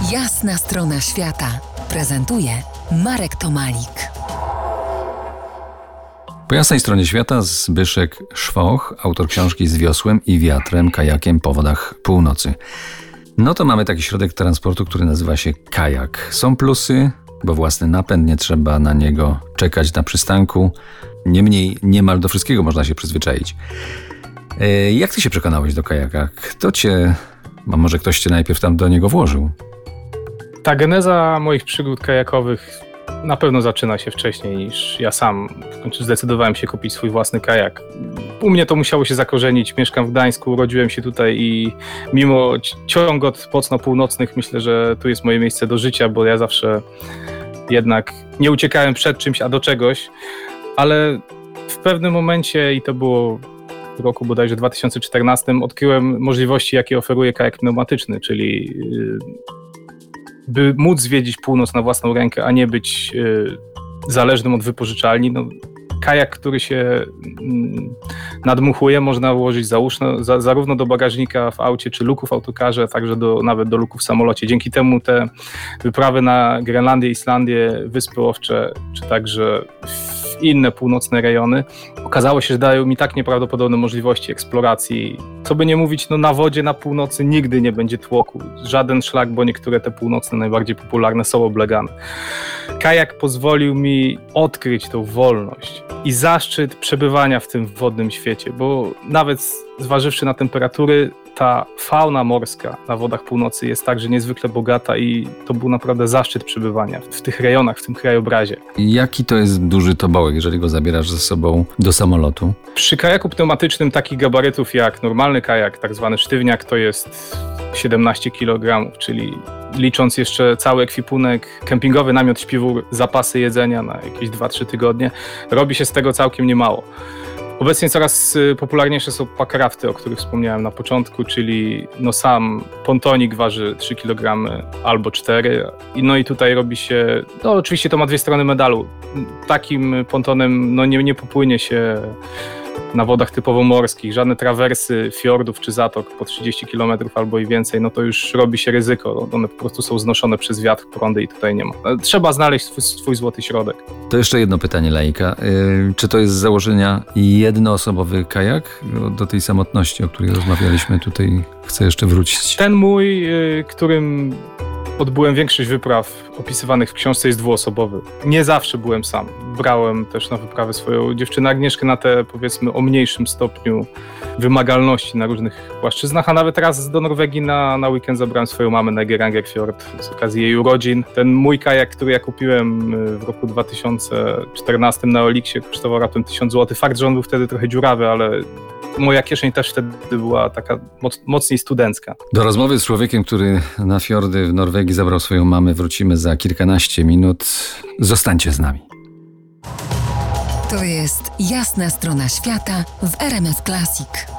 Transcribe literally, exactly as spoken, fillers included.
Jasna strona świata prezentuje Marek Tomalik. Po jasnej stronie świata Zbyszek Szwoch, autor książki Z wiosłem i wiatrem, kajakiem po wodach północy. No to mamy taki środek transportu, który nazywa się kajak. Są plusy, bo własny napęd, nie trzeba na niego czekać na przystanku. Niemniej niemal do wszystkiego można się przyzwyczaić. E, jak ty się przekonałeś do kajaka? Kto cię, a może ktoś cię najpierw tam do niego włożył? Ta geneza moich przygód kajakowych na pewno zaczyna się wcześniej niż ja sam. W końcu zdecydowałem się kupić swój własny kajak. U mnie to musiało się zakorzenić. Mieszkam w Gdańsku, urodziłem się tutaj i mimo ciągot mocno-północnych myślę, że tu jest moje miejsce do życia, bo ja zawsze jednak nie uciekałem przed czymś, a do czegoś, ale w pewnym momencie, i to było w roku bodajże dwa tysiące czternastym, odkryłem możliwości, jakie oferuje kajak pneumatyczny, czyli by móc zwiedzić północ na własną rękę, a nie być y, zależnym od wypożyczalni. No, kajak, który się mm, nadmuchuje, można włożyć załóżno, za, zarówno do bagażnika w aucie czy luku w autokarze, a także do, nawet do luku w samolocie. Dzięki temu te wyprawy na Grenlandię, Islandię, Wyspy Owcze, czy także w inne północne rejony okazało się, że dają mi tak nieprawdopodobne możliwości eksploracji. Co by nie mówić, no na wodzie na północy nigdy nie będzie tłoku. Żaden szlak, bo niektóre te północne, najbardziej popularne są oblegane. Kajak pozwolił mi odkryć tą wolność i zaszczyt przebywania w tym wodnym świecie, bo nawet zważywszy na temperatury, ta fauna morska na wodach północy jest także niezwykle bogata i to był naprawdę zaszczyt przebywania w tych rejonach, w tym krajobrazie. Jaki to jest duży tobołek, jeżeli go zabierasz ze sobą do samolotu? Przy kajaku pneumatycznym takich gabarytów jak normalny kajak, tak zwany sztywniak, to jest siedemnaście kilogramów, czyli licząc jeszcze cały ekwipunek, kempingowy namiot, śpiwór, zapasy jedzenia na jakieś dwa trzy tygodnie, robi się z tego całkiem niemało. Obecnie coraz popularniejsze są packrafty, o których wspomniałem na początku, czyli no sam pontonik waży trzy kilogramy albo cztery. No i tutaj robi się, no oczywiście to ma dwie strony medalu. Takim pontonem no nie, nie popłynie się na wodach typowo morskich, żadne trawersy fiordów czy zatok po trzydzieści kilometrów albo i więcej, no to już robi się ryzyko. One po prostu są znoszone przez wiatr, prądy i tutaj nie ma. Trzeba znaleźć swój, swój złoty środek. To jeszcze jedno pytanie laika. Yy, czy to jest z założenia jednoosobowy kajak? Do tej samotności, o której rozmawialiśmy tutaj, chcę jeszcze wrócić. Ten mój, yy, którym odbyłem większość wypraw opisywanych w książce, jest dwuosobowy. Nie zawsze byłem sam. Brałem też na wyprawę swoją dziewczynę Agnieszkę na te, powiedzmy, o mniejszym stopniu wymagalności na różnych płaszczyznach, a nawet raz do Norwegii na, na weekend zabrałem swoją mamę na Gerangerfjord z okazji jej urodzin. Ten mój kajak, który ja kupiłem w roku dwa tysiące czternastym na Oliksie, kosztował raptem tysiąc złotych. Fakt, że on był wtedy trochę dziurawy, ale moja kieszeń też wtedy była taka moc, mocniej studencka. Do rozmowy z człowiekiem, który na fiordy w Norwegii zabrał swoją mamę, wrócimy za kilkanaście minut. Zostańcie z nami. To jest Jasna strona świata w R M F Classic.